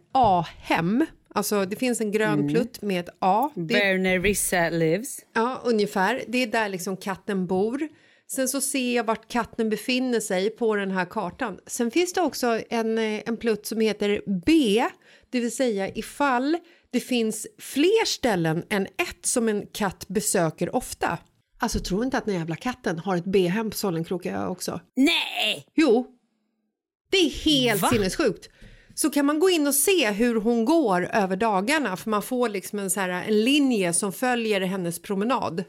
A-hem. Alltså det finns en grön plutt med ett A. Where Nerissa lives. Ja, ungefär. Det är där liksom katten bor. Sen så ser jag vart katten befinner sig på den här kartan. Sen finns det också en plutt som heter B. Det vill säga ifall det finns fler ställen än ett som en katt besöker ofta. Alltså tror inte att den jävla katten har ett B-hem på Sollenkroka också? Nej! Jo. Det är helt sinnessjukt. Så kan man gå in och se hur hon går över dagarna. För man får liksom en linje som följer hennes promenad.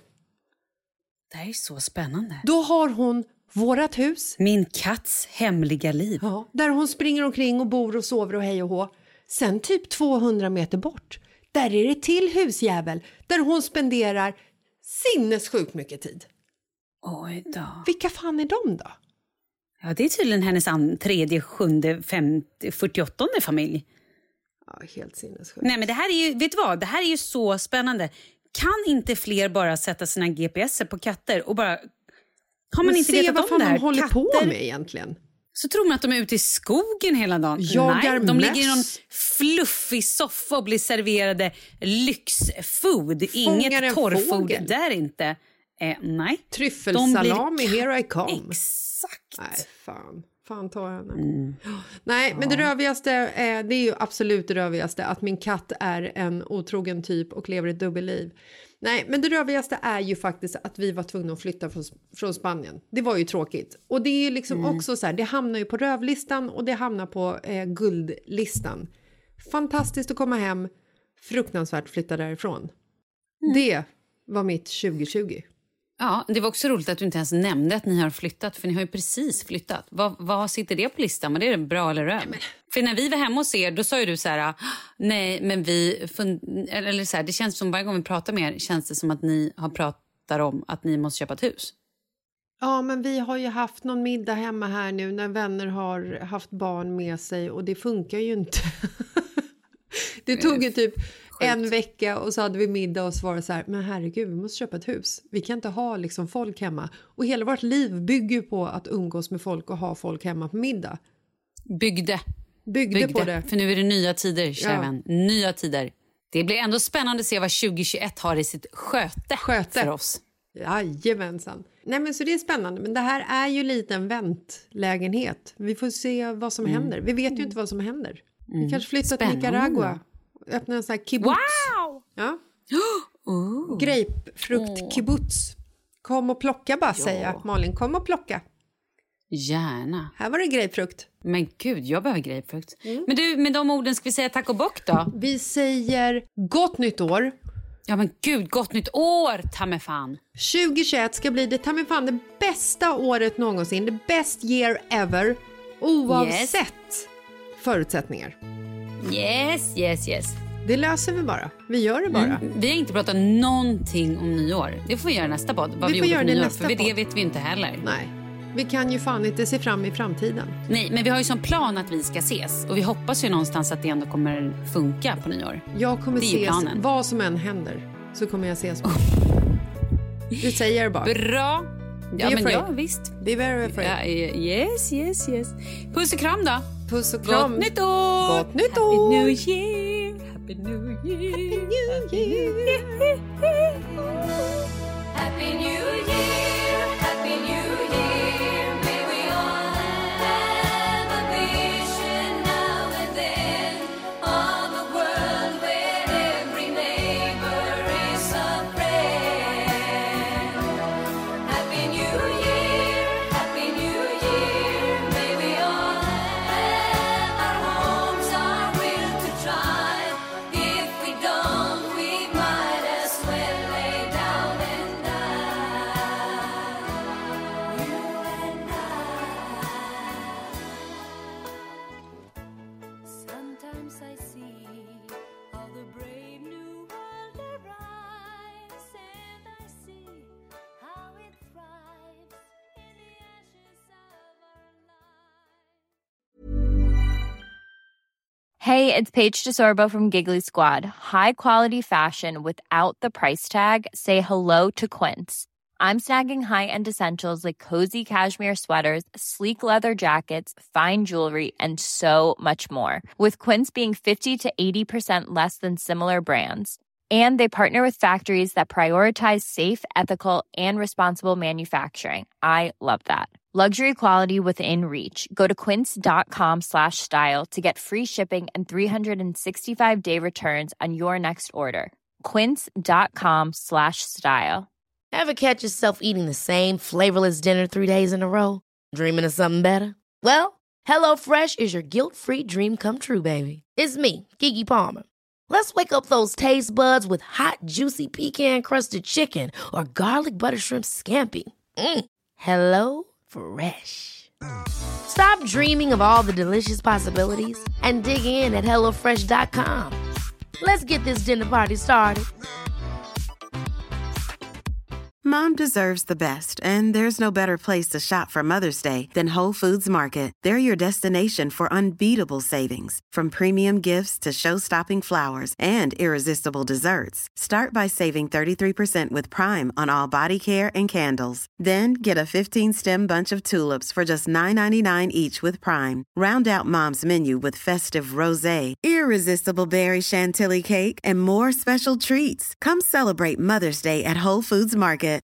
Det här är så spännande. Då har hon vårat hus. Min katts hemliga liv. Ja, där hon springer omkring och bor och sover och hej och hå. Sen typ 200 meter bort. Där är det till husjävel. Där hon spenderar sinnessjukt mycket tid. Oj då. Vilka fan är de då? Ja, det är tydligen hennes 3:e, 7:e, 50:e, 48:e familj. Ja, helt sinnessjukt. Nej, men det här är ju, vet du vad? Det här är ju så spännande. Kan inte fler bara sätta sina GPSer på katter och bara... Har man inte vetat om det här? Se vad fan de håller på med egentligen. Så tror man att de är ute i skogen hela dagen. Jagar Nej, de ligger i någon fluffig soffa och blir serverade lyxfood. Inget torrfood där inte. Nej. Tryffelsalami, here I come. Exakt. Nej, fan ta henne. Nej, men det rövigaste, det är ju absolut det rövigaste att min katt är en otrogen typ och lever ett dubbelliv. Nej, men det rövigaste är ju faktiskt att vi var tvungna att flytta från Spanien. Det var ju tråkigt. Och det är ju liksom också så här, det hamnar ju på rövlistan och det hamnar på guldlistan. Fantastiskt att komma hem, fruktansvärt flytta därifrån. Det var mitt 2020. Ja, det var också roligt att du inte ens nämnde att ni har flyttat, för ni har ju precis flyttat. Vad sitter det på listan? Men det är bra eller röv? För när vi var hemma hos er, då sa ju du så här, nej, men eller så här, det känns som varje gång vi pratar med er, känns det som att ni har pratat om att ni måste köpa ett hus. Ja, men vi har ju haft någon middag hemma här nu när vänner har haft barn med sig och det funkar ju inte. Det tog ju typ en vecka och så hade vi middag och så var det så här, men herregud, vi måste köpa ett hus. Vi kan inte ha liksom folk hemma. Och hela vårt liv bygger på att umgås med folk och ha folk hemma på middag. Byggde på det. För nu är det nya tider, kära vän. Nya tider. Det blir ändå spännande att se vad 2021 har i sitt sköte för oss. Jajamensan. Nej, men så det är spännande. Men det här är ju lite en väntlägenhet. Vi får se vad som händer. Vi vet ju inte vad som händer. Vi kanske flyttar till Nicaragua. Öppnar en sån här kibbutz. Wow! Ja. Grapefrukt kibbutz. Kom och plocka bara, säger jag. Malin, kom och plocka. Gärna. Här var det grapefrukt. Men gud, jag behöver grapefrukt. Men du, med de orden ska vi säga tack och bock då? Vi säger gott nytt år. Ja men gud, gott nytt år, ta mig fan. 2021 ska bli det bästa året någonsin. The best year ever. Oavsett förutsättningar. Yes. Det löser vi bara. Vi gör det bara. Vi har inte pratat någonting om nyår. Det får vi göra nästa podd. Vad vi gjorde på nyår. För det vet vi inte heller. Nej. Vi kan ju fan inte se fram i framtiden. Nej, men vi har ju som plan att vi ska ses. Och vi hoppas ju någonstans att det ändå kommer funka på nyår. Jag kommer ses, vad som än händer. Så kommer jag ses. Du säger bara. Bra. Ja, men ja, visst. Be very afraid. Ja, yes. Puss och kram då. Puss och kram. Gott nytt år. Gott nytt år. Happy New Year. Happy New Year. Happy New Year. Happy New Year. Happy New Year. May we all have a vision now and then of a world where every neighbor is a friend. Happy New Year. Happy New Year. May we all have our homes, our will to try. If we don't, we might as well lay down and die. You and I. Sometimes I see how the brave new world arrives, and I see how it thrives in the ashes of our lives. Hey, it's Paige DeSorbo from Giggly Squad. High quality fashion without the price tag. Say hello to Quince. I'm snagging high-end essentials like cozy cashmere sweaters, sleek leather jackets, fine jewelry, and so much more. With Quince being 50 to 80% less than similar brands. And they partner with factories that prioritize safe, ethical, and responsible manufacturing. I love that. Luxury quality within reach. Go to quince.com/style to get free shipping and 365-day returns on your next order. Quince.com/style. Ever catch yourself eating the same flavorless dinner 3 days in a row? Dreaming of something better? Well, HelloFresh is your guilt-free dream come true, baby. It's me, Keke Palmer. Let's wake up those taste buds with hot, juicy pecan-crusted chicken or garlic butter shrimp scampi. Hello Fresh. Stop dreaming of all the delicious possibilities and dig in at HelloFresh.com. Let's get this dinner party started. Mom deserves the best, and there's no better place to shop for Mother's Day than Whole Foods Market. They're your destination for unbeatable savings, from premium gifts to show-stopping flowers and irresistible desserts. Start by saving 33% with Prime on all body care and candles. Then get a 15-stem bunch of tulips for just $9.99 each with Prime. Round out Mom's menu with festive rosé, irresistible berry chantilly cake, and more special treats. Come celebrate Mother's Day at Whole Foods Market.